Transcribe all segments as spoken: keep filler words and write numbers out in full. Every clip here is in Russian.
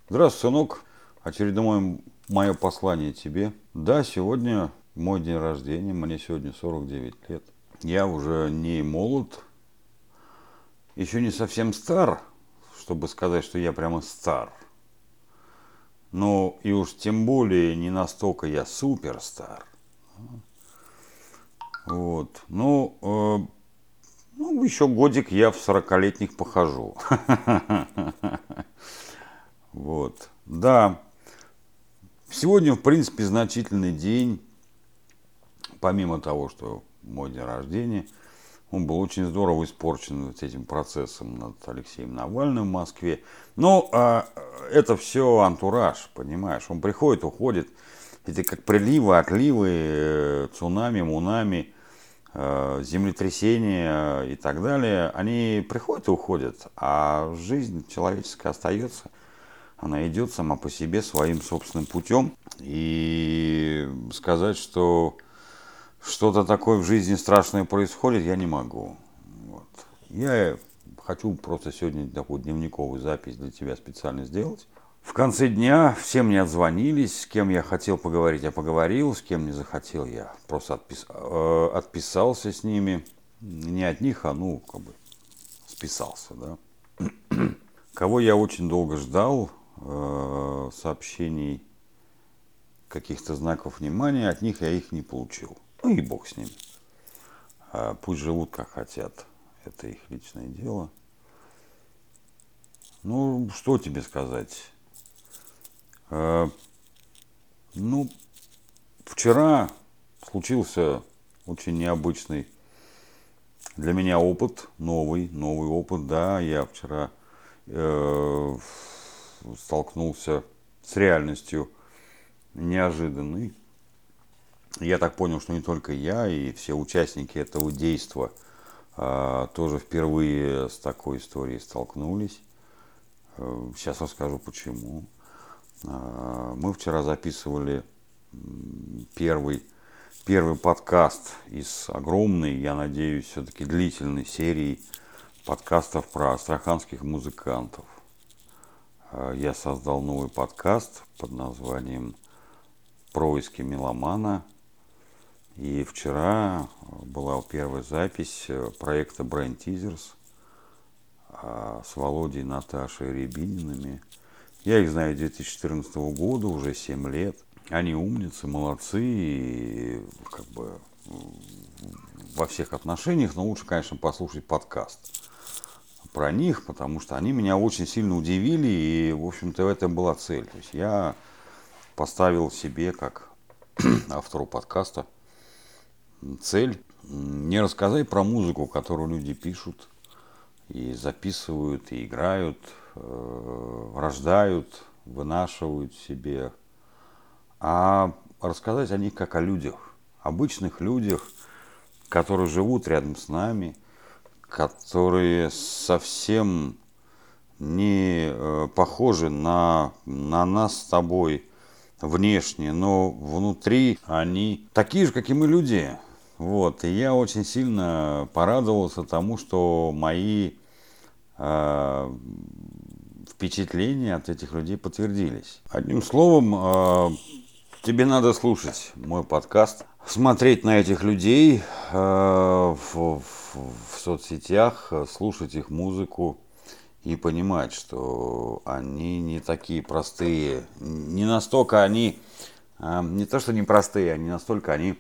Здравствуй, сынок. Очередное мое послание тебе. Да, сегодня мой день рождения, мне сегодня сорок девять лет. Я уже не молод, еще не совсем стар, чтобы сказать, что я прямо стар. Но и уж тем более не настолько я суперстар. Вот. Ну, э, ну, еще годик я в сорокалетних похожу. Вот. Да. Сегодня, в принципе, значительный день. Помимо того, что мой день рождения, он был очень здорово испорчен вот этим процессом над Алексеем Навальным в Москве. Но а, это все антураж, понимаешь. Он приходит, уходит. Это как приливы, отливы, э, цунами, мунами, э, землетрясения и так далее. Они приходят и уходят, а жизнь человеческая остается. Она идет сама по себе своим собственным путем. И сказать, что что-то такое в жизни страшное происходит, я не могу. Вот. Я хочу просто сегодня такую дневниковую запись для тебя специально сделать. В конце дня все мне отзвонились, с кем я хотел поговорить, я поговорил, с кем не захотел, я просто отпис... э, отписался с ними. Не от них, а ну, как бы списался, да. Кого я очень долго ждал, э, сообщений, каких-то знаков внимания, от них я их не получил. Ну и бог с ним. Пусть живут как хотят. Это их личное дело. Ну, что тебе сказать? Ну, вчера случился очень необычный для меня опыт, новый, новый опыт, да. Я вчера э, столкнулся с реальностью неожиданной. Я так понял, что не только я, и все участники этого действа а, тоже впервые с такой историей столкнулись. Сейчас расскажу почему. А, мы вчера записывали первый, первый подкаст из огромной, я надеюсь, все-таки длительной серии подкастов про астраханских музыкантов. А, я создал новый подкаст под названием «Происки меломана». И вчера была первая запись проекта Brain Teasers с Володей, Наташей Рябиниными. Я их знаю с две тысячи четырнадцатого года, уже семь лет. Они умницы, молодцы, и как бы во всех отношениях, но лучше, конечно, послушать подкаст про них, потому что они меня очень сильно удивили, и, в общем-то, это была цель. То есть я поставил себе, как автору подкаста, цель не рассказать про музыку, которую люди пишут и записывают, и играют, э, рождают, вынашивают себе, а рассказать о них как о людях, обычных людях, которые живут рядом с нами, которые совсем не э, похожи на, на нас с тобой внешне, но внутри они такие же, как и мы люди. Вот, и я очень сильно порадовался тому, что мои э, впечатления от этих людей подтвердились. Одним словом, э, тебе надо слушать мой подкаст, смотреть на этих людей э, в, в, в соцсетях, слушать их музыку и понимать, что они не такие простые, не настолько они, э, не то что непростые, они настолько они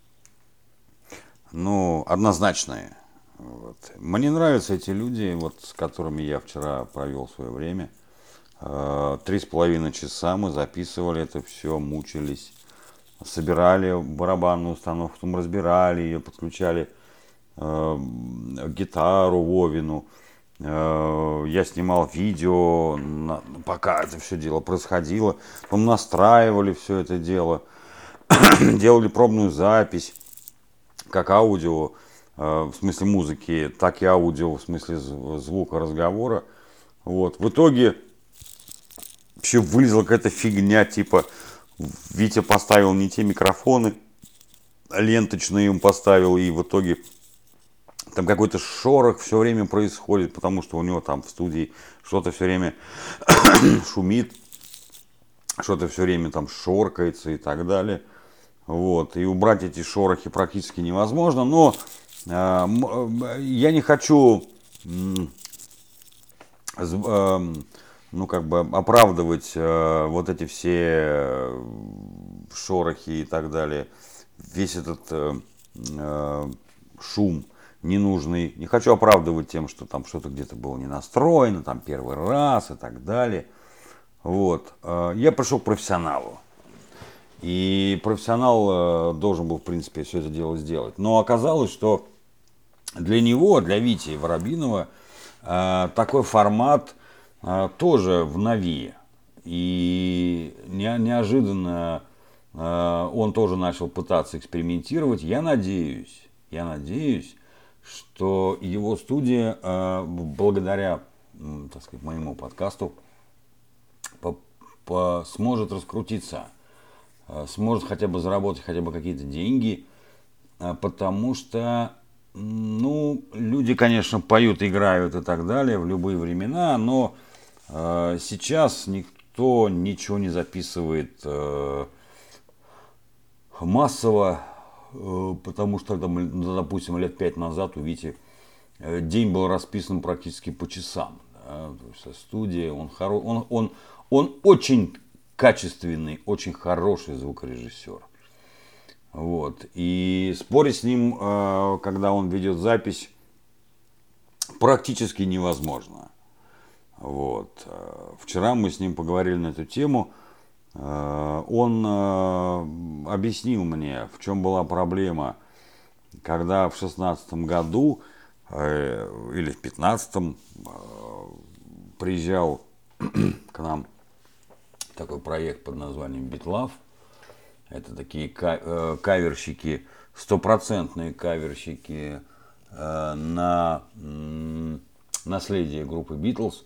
ну, однозначные. Вот. Мне нравятся эти люди, вот, с которыми я вчера провел свое время. Три с половиной часа мы записывали это все, мучились, собирали барабанную установку, потом разбирали ее, подключали э, гитару Вовину. Э, я снимал видео, на, пока это все дело происходило. Потом настраивали все это дело, делали пробную запись. Как аудио, в смысле музыки, так и аудио, в смысле звука разговора. Вот. В итоге вообще вылезла какая-то фигня, типа Витя поставил не те микрофоны, ленточные им поставил, и в итоге там какой-то шорох все время происходит, потому что у него там в студии что-то все время шумит. что-то все время там шоркается и так далее. Вот. И убрать эти шорохи практически невозможно. Но э, я не хочу э, э, ну, как бы оправдывать э, вот эти все шорохи и так далее. Весь этот э, э, шум ненужный. Не хочу оправдывать тем, что там что-то где-то было не настроено, там первый раз и так далее. Вот. Я пришел к профессионалу. И профессионал должен был, в принципе, все это дело сделать. Но оказалось, что для него, для Вити Воробьинова, такой формат тоже в нове. И неожиданно он тоже начал пытаться экспериментировать. Я надеюсь, я надеюсь, что его студия, благодаря, так сказать, моему подкасту, по, по, сможет раскрутиться, сможет хотя бы заработать хотя бы какие-то деньги, потому что, ну, люди, конечно, поют, играют и так далее в любые времена, но сейчас никто ничего не записывает массово, потому что, там, допустим, лет пять назад у Вити день был расписан практически по часам. Да? То есть студия, он, хоро... он, он, он очень качественный, очень хороший звукорежиссер. Вот. И спорить с ним, когда он ведет запись, практически невозможно. Вот. Вчера мы с ним поговорили на эту тему. Он объяснил мне, в чем была проблема, когда в шестнадцатом году или в пятнадцатом приезжал к нам такой проект под названием BeatLove. Это такие каверщики, стопроцентные каверщики на наследие группы Beatles.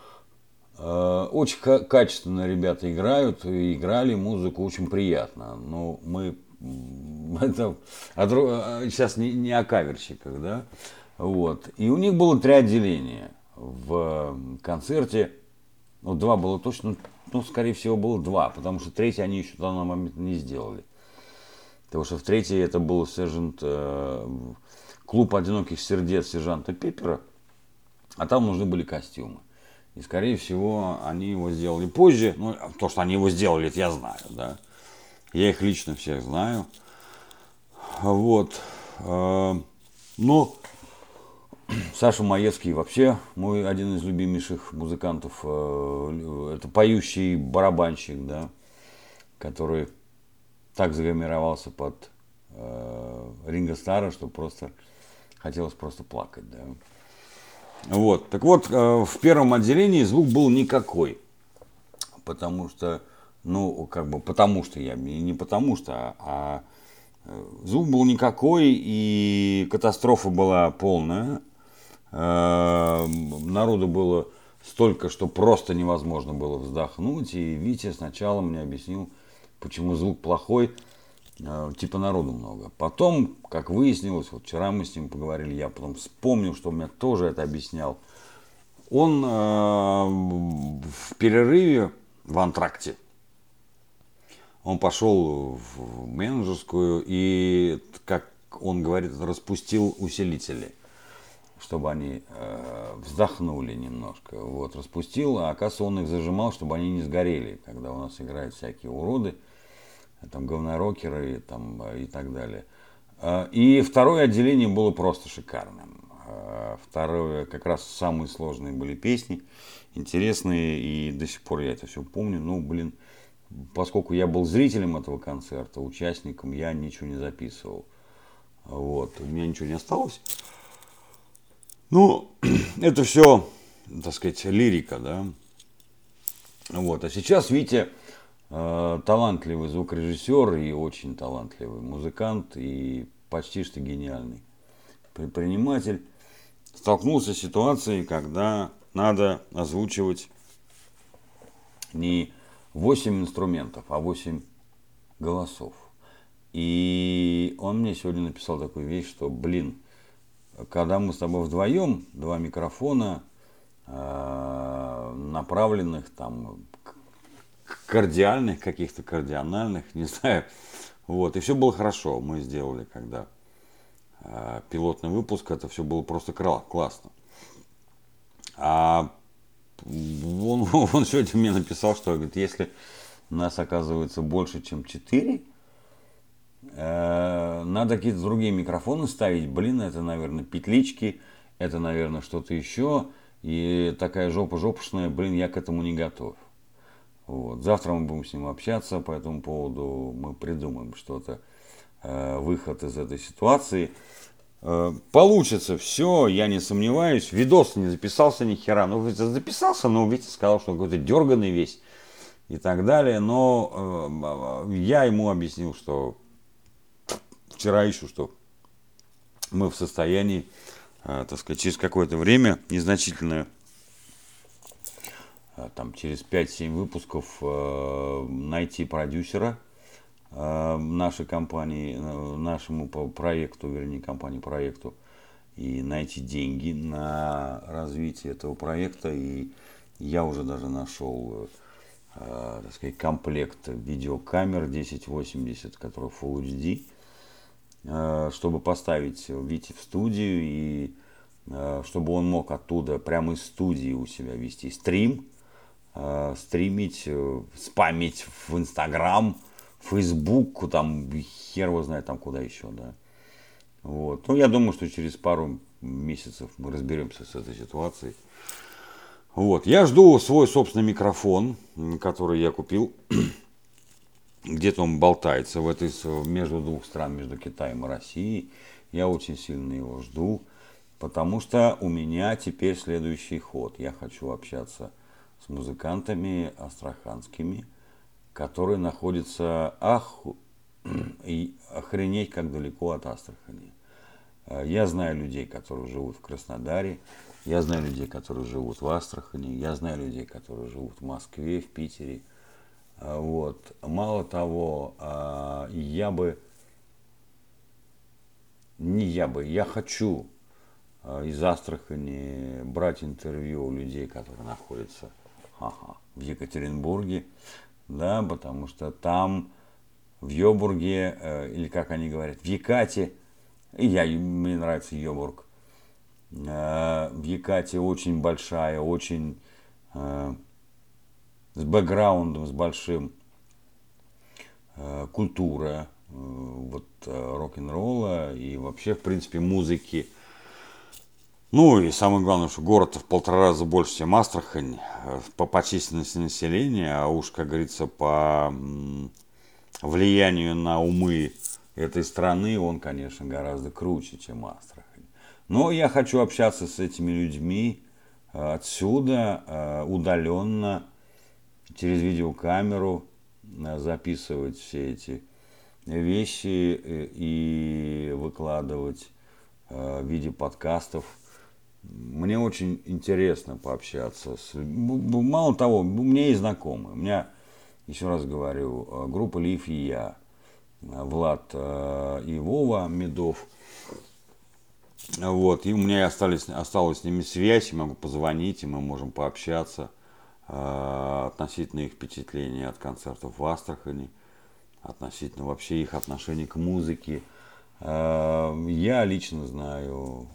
Очень качественно ребята играют, и играли музыку очень приятно. Но мы это сейчас не, не о каверщиках, да. Вот. И у них было три отделения в концерте. Ну, два было точно, ну, скорее всего, было два, потому что третий они еще в данный момент не сделали. Потому что в третьей это был сержант, э, клуб одиноких сердец сержанта Пеппера, а там нужны были костюмы. И, скорее всего, они его сделали позже. Ну, то, что они его сделали, это я знаю, да. Я их лично всех знаю. Вот. Но Саша Маевский вообще мой один из любимейших музыкантов. Это поющий барабанщик, да, который так загримировался под Ринго Стара, что просто хотелось просто плакать, да. Вот. Так вот, в первом отделении звук был никакой. Потому что, ну, как бы, потому что я, не потому что, а, а звук был никакой, и катастрофа была полная. Народу было столько, что просто невозможно было вздохнуть. И Витя сначала мне объяснил, почему звук плохой. Типа народу много. Потом, как выяснилось, вот вчера мы с ним поговорили, я потом вспомнил, что он мне тоже это объяснял. Он э, в перерыве в антракте, он пошел в менеджерскую и, как он говорит, распустил усилители, чтобы они э, вздохнули немножко. Вот, распустил, а оказывается, он их зажимал, чтобы они не сгорели, когда у нас играют всякие уроды. Там говнорокеры там, и так далее. И второе отделение было просто шикарным. Второе, как раз самые сложные были песни, интересные, и до сих пор я это все помню. Ну, блин, поскольку я был зрителем этого концерта, участником, я ничего не записывал. Вот, у меня ничего не осталось. Ну, это все, так сказать, лирика, да. Вот, а сейчас, Витя талантливый звукорежиссер и очень талантливый музыкант и почти что гениальный предприниматель, столкнулся с ситуацией, когда надо озвучивать не восемь инструментов, а восемь голосов. И он мне сегодня написал такую вещь, что, блин, когда мы с тобой вдвоем, два микрофона, направленных там кардиальных, каких-то кардинальных, не знаю. Вот, и все было хорошо, мы сделали, когда э, пилотный выпуск, это все было просто классно. А он, он сегодня мне написал, что говорит, если нас оказывается больше, чем четыре, э, надо какие-то другие микрофоны ставить. Блин, это, наверное, петлички, это, наверное, что-то еще. И такая жопа жопушная, блин, я к этому не готов. Вот. Завтра мы будем с ним общаться по этому поводу. Мы придумаем что-то, э, выход из этой ситуации. Э, получится все, я не сомневаюсь. Видос не записался ни хера. Ну, записался, но Витя сказал, что какой-то дерганый весь и так далее. Но э, я ему объяснил, что вчера еще, что мы в состоянии, э, так сказать, через какое-то время незначительное, там через пять-семь выпусков э, найти продюсера э, нашей компании, э, нашему проекту, вернее, компании проекту, и найти деньги на развитие этого проекта. И я уже даже нашел, э, так сказать, комплект видеокамер десять восемьдесят, который Full эйч ди, э, чтобы поставить Вите в студию, и э, чтобы он мог оттуда, прямо из студии у себя вести стрим, стримить, спамить в Инстаграм, Фейсбук, там хер его знает, там куда еще, да. Вот. Ну, я думаю, что через пару месяцев мы разберемся с этой ситуацией. Вот. Я жду свой собственный микрофон, который я купил. Где-то он болтается в этой, между двух стран, между Китаем и Россией. Я очень сильно его жду, потому что у меня теперь следующий ход. Я хочу общаться с музыкантами астраханскими, которые находятся ах, и охренеть как далеко от Астрахани. Я знаю людей, которые живут в Краснодаре, я знаю людей, которые живут в Астрахани, я знаю людей, которые живут в Москве, в Питере. Вот. Мало того, я бы, не я бы, я хочу из Астрахани брать интервью у людей, которые находятся Ага, в Екатеринбурге, да, потому что там, в Йобурге, э, или как они говорят, в Екате, и я, мне нравится Йобург, э, в Екате очень большая, очень э, с бэкграундом, с большим э, культура, э, вот э, рок-н-ролла и вообще, в принципе, музыки. Ну и самое главное, что город в полтора раза больше, чем Астрахань по, по численности населения, а уж, как говорится, по влиянию на умы этой страны он, конечно, гораздо круче, чем Астрахань. Но я хочу общаться с этими людьми отсюда, удаленно, через видеокамеру, записывать все эти вещи и выкладывать в виде подкастов. Мне очень интересно пообщаться с... Мало того, у меня есть знакомые. У меня, еще раз говорю, группа Лив и я, Влад и Вова Медов. Вот, и у меня остались, осталась с ними связь, я могу позвонить, и мы можем пообщаться э, относительно их впечатлений от концертов в Астрахани, относительно вообще их отношений к музыке. Э, я лично знаю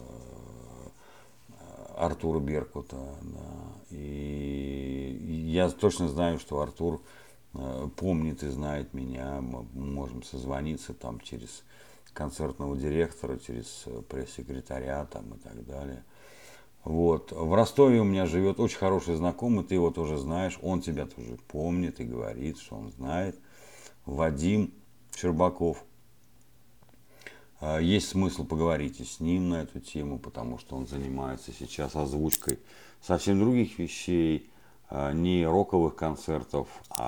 Артура Беркута, да, и я точно знаю, что Артур э, помнит и знает меня, мы можем созвониться там через концертного директора, через пресс-секретаря там и так далее. Вот. В Ростове у меня живет очень хороший знакомый, ты его тоже знаешь, он тебя тоже помнит и говорит, что он знает. Вадим Щербаков. Есть смысл поговорить и с ним на эту тему, потому что он занимается сейчас озвучкой совсем других вещей, не роковых концертов,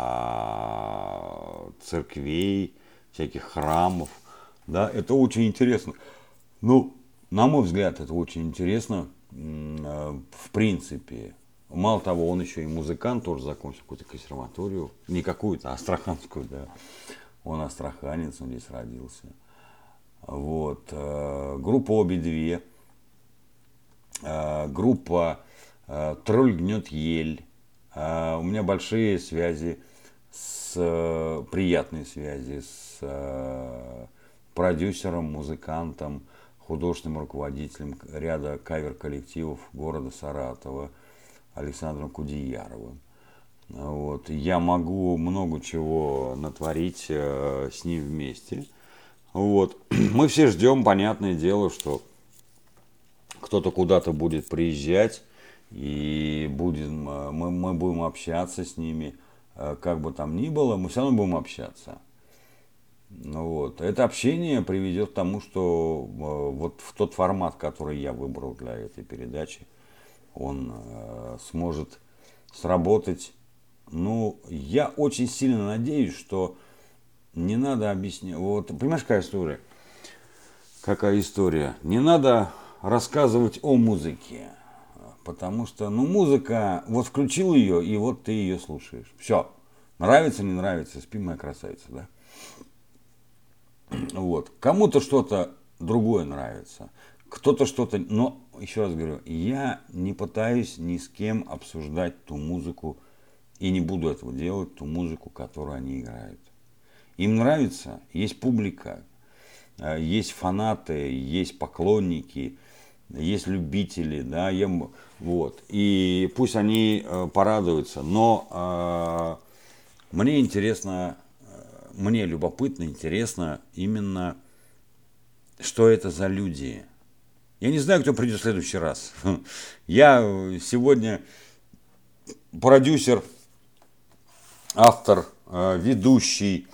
а церквей, всяких храмов. Да, это очень интересно. Ну, на мой взгляд, это очень интересно. В принципе, мало того, он еще и музыкант, тоже закончил какую-то консерваторию, не какую-то, а астраханскую, да. Он астраханец, он здесь родился. Вот. Группа Обе Две, группа Тролль гнет ель, У меня большие связи, с, приятные связи с продюсером, музыкантом, художественным руководителем ряда кавер-коллективов города Саратова Александром Кудеяровым. Вот. Я могу много чего натворить э, с ним вместе. Вот. Мы все ждем, понятное дело, что кто-то куда-то будет приезжать, и будем, мы, мы будем общаться с ними, э, как бы там ни было, мы все равно будем общаться. Вот. Это общение приведет к тому, что э, вот в тот формат, который я выбрал для этой передачи, он э, сможет сработать. Ну, я очень сильно надеюсь, что не надо объяснять. Вот, понимаешь, какая история? Какая история? Не надо рассказывать о музыке. Потому что, ну, музыка, вот включил ее, и вот ты ее слушаешь. Все. Нравится, не нравится, спи, моя красавица, да? Вот. Кому-то что-то другое нравится. Кто-то что-то... Но, еще раз говорю, я не пытаюсь ни с кем обсуждать ту музыку, и не буду этого делать, ту музыку, которую они играют. Им нравится, есть публика, есть фанаты, есть поклонники, есть любители, да, я, вот. И пусть они порадуются, но э, мне интересно, мне любопытно, интересно именно, что это за люди. Я не знаю, кто придет в следующий раз. Я сегодня продюсер, автор, ведущий,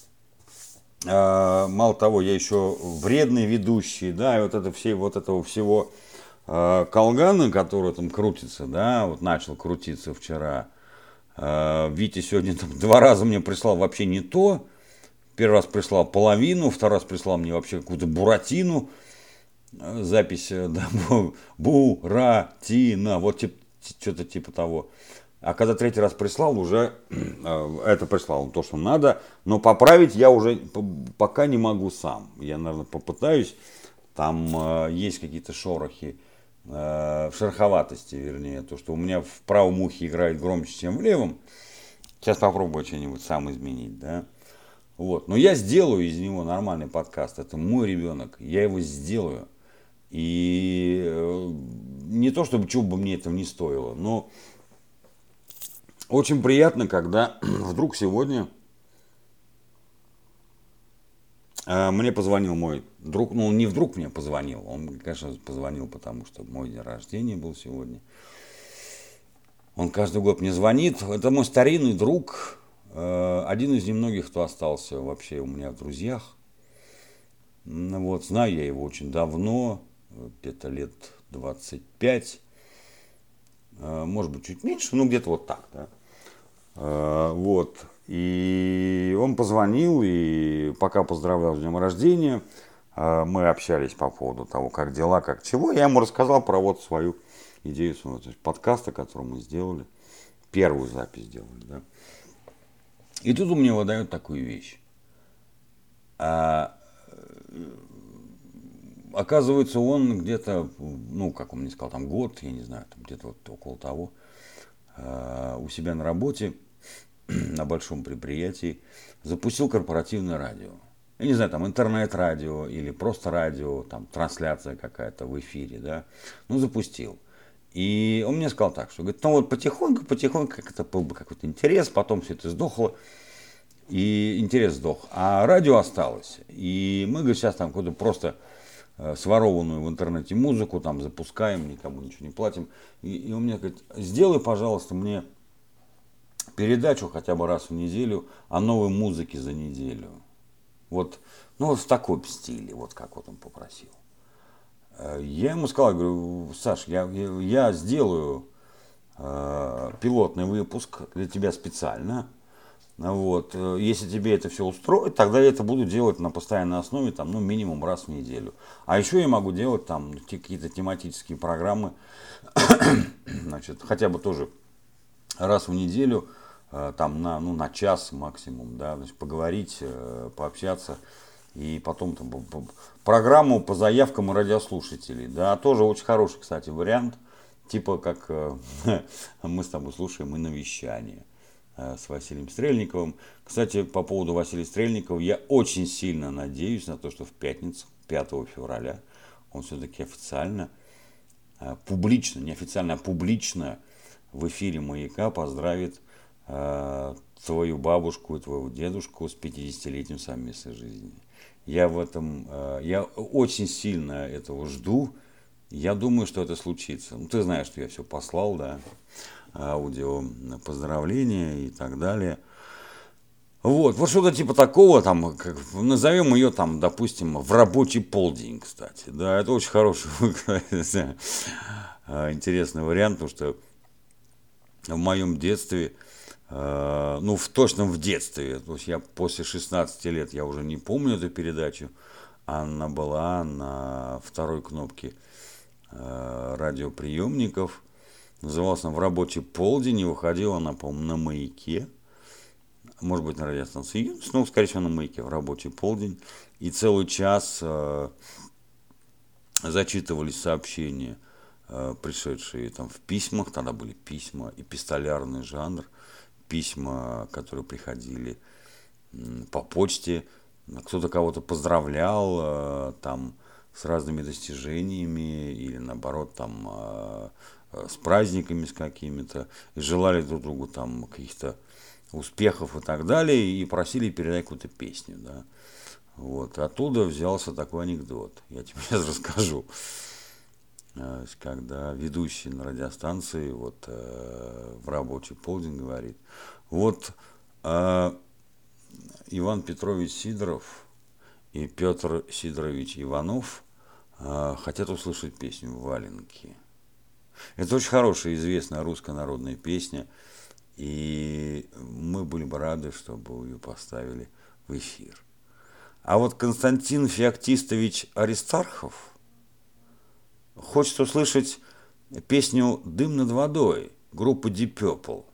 мало того, я еще вредный ведущий, да, и вот это все, вот этого всего калгана, который там крутится, да, вот начал крутиться вчера. Витя сегодня там два раза мне прислал вообще не то. Первый раз прислал половину, второй раз прислал мне вообще какую-то буратину. Запись, да, буратина, вот тип, что-то типа того. А когда третий раз прислал, уже это прислал то, что надо. Но поправить я уже пока не могу сам. Я, наверное, попытаюсь. Там есть какие-то шорохи, шероховатости, вернее. То, что у меня в правом ухе играет громче, чем в левом. Сейчас попробую что-нибудь сам изменить, да. Вот. Но я сделаю из него нормальный подкаст. Это мой ребенок. Я его сделаю. И не то, чтобы чего бы мне этого не стоило, но очень приятно, когда вдруг сегодня мне позвонил мой друг. Ну, он не вдруг мне позвонил. Он, конечно, позвонил, потому что мой день рождения был сегодня. Он каждый год мне звонит. Это мой старинный друг. Один из немногих, кто остался вообще у меня в друзьях. Вот, знаю я его очень давно. Где-то лет двадцать пять. Может быть, чуть меньше, ну, где-то вот так, да. Вот. И он позвонил, и пока поздравлял с днем рождения, мы общались по поводу того, как дела, как чего. Я ему рассказал про вот свою идею своего подкаста, который мы сделали. Первую запись сделали, да. И тут он мне выдает такую вещь. А, оказывается, он где-то, ну, как он мне сказал, там год, я не знаю, там где-то вот около того, у себя на работе, на большом предприятии, запустил корпоративное радио. Я не знаю, там интернет-радио или просто радио, там трансляция какая-то в эфире, да, ну, запустил. И он мне сказал так, что, говорит, ну, вот потихоньку, потихоньку, как это был бы какой-то интерес, потом все это сдохло, и интерес сдох, а радио осталось. И мы, говорит, сейчас там какую-то просто сворованную в интернете музыку там запускаем, никому ничего не платим. И, и он мне говорит, сделай, пожалуйста, мне передачу хотя бы раз в неделю о новой музыке за неделю. Вот, ну, вот в таком стиле, вот как вот он попросил. Я ему сказал, говорю, Саш, я, я, я сделаю э, пилотный выпуск для тебя специально. Вот. Если тебе это все устроит, тогда я это буду делать на постоянной основе, там, ну, минимум раз в неделю. А еще я могу делать там какие-то тематические программы, значит, хотя бы тоже раз в неделю, там, на, ну, на час максимум, да, значит, поговорить, пообщаться. И потом там, программу по заявкам радиослушателей. Да, тоже очень хороший, кстати, вариант. типа как э, мы с тобой слушаем и навещание э, с Василием Стрельниковым. Кстати, по поводу Василия Стрельникова, я очень сильно надеюсь на то, что в пятницу, пятого февраля, он все-таки официально, э, публично, не официально, а публично в эфире «Маяка» поздравит э, твою бабушку и твоего дедушку с пятидесятилетием совместной жизни. Я в этом, э, я очень сильно этого жду. Я думаю, что это случится. Ну, ты знаешь, что я все послал, да, аудио поздравления и так далее. Вот, вот что-то типа такого, там, как, назовем ее там, допустим, в рабочий полдень, кстати. Да, это очень хороший, интересный вариант, потому что в моем детстве, ну, в точном в детстве, то есть я после шестнадцати лет, я уже не помню эту передачу, она была на второй кнопке радиоприемников, называлась она «В рабочий полдень», и выходила она, по-моему, на «Маяке», может быть, на радиостанции «Юность», но, скорее всего, на «Маяке», в рабочий полдень, и целый час э, зачитывались сообщения, э, пришедшие там в письмах, тогда были письма, эпистолярный жанр, письма, которые приходили э, по почте, кто-то кого-то поздравлял, э, там, с разными достижениями или наоборот там э, с праздниками с какими-то, и желали друг другу там каких-то успехов и так далее, и просили передать какую-то песню, да. Вот. Оттуда взялся такой анекдот. Я тебе сейчас расскажу. Когда ведущий на радиостанции вот, э, в рабочий полдень говорит, вот э, Иван Петрович Сидоров и Петр Сидорович Иванов э, хотят услышать песню «Валенки». Это очень хорошая, известная русская народная песня, и мы были бы рады, чтобы ее поставили в эфир. А вот Константин Феоктистович Аристархов хочет услышать песню «Дым над водой» группы Deep Purple.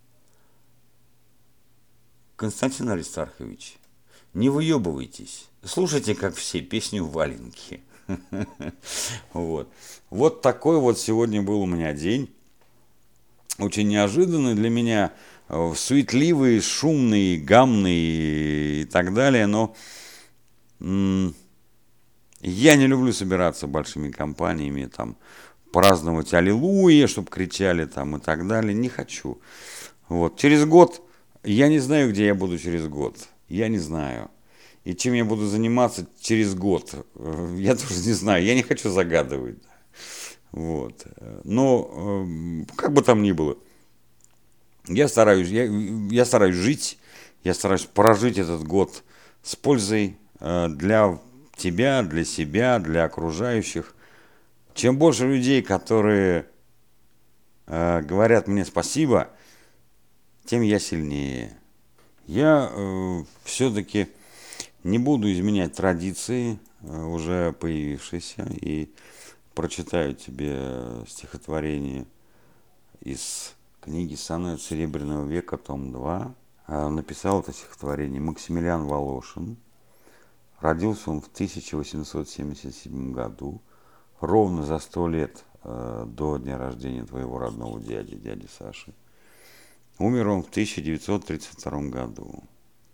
Константин Аристархович, не выебывайтесь, слушайте, как все, песню «Валенки». Вот. Вот такой вот сегодня был у меня день. Очень неожиданный для меня, суетливый, шумный, гамный и так далее. Но м- я не люблю собираться большими компаниями, там, праздновать аллилуйя, чтобы кричали там и так далее. Не хочу. Вот. Через год, я не знаю, где я буду через год. Я не знаю. И чем я буду заниматься через год, я тоже не знаю. Я не хочу загадывать. Вот. Но, как бы там ни было, я стараюсь, я, я стараюсь жить, я стараюсь прожить этот год с пользой для тебя, для себя, для окружающих. Чем больше людей, которые говорят мне спасибо, тем я сильнее. Я э, все-таки не буду изменять традиции, э, уже появившиеся, и прочитаю тебе стихотворение из книги «Сонет Серебряного века», том два. Э, написал это стихотворение Максимилиан Волошин. Родился он в тысяча восемьсот семьдесят седьмом году, ровно за сто лет э, до дня рождения твоего родного дяди, дяди Саши. Умер он в тысяча девятьсот тридцать втором году.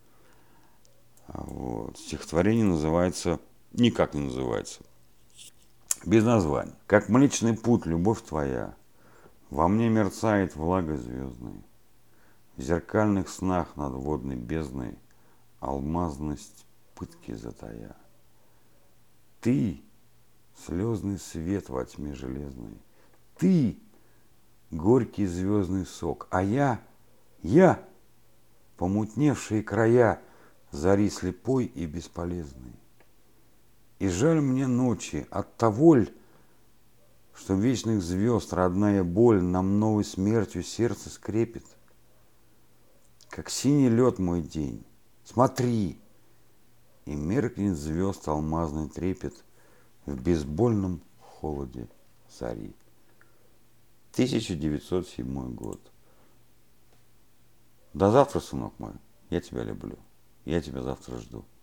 Вот. Стихотворение называется, никак не называется, без названия. Как Млечный Путь, любовь твоя, во мне мерцает влага звездной, в зеркальных снах над водной бездной алмазность пытки затая. Ты — слезный свет во тьме железной, ты — горький звездный сок, а я, я — помутневшие края зари слепой и бесполезной. И жаль мне ночи от того ль, что вечных звезд родная боль нам новой смертью сердце скрепит. Как синий лед мой день, смотри, и меркнет звезд алмазный трепет в безбольном холоде зари. тысяча девятьсот седьмой год. До завтра, сынок мой. Я тебя люблю. Я тебя завтра жду.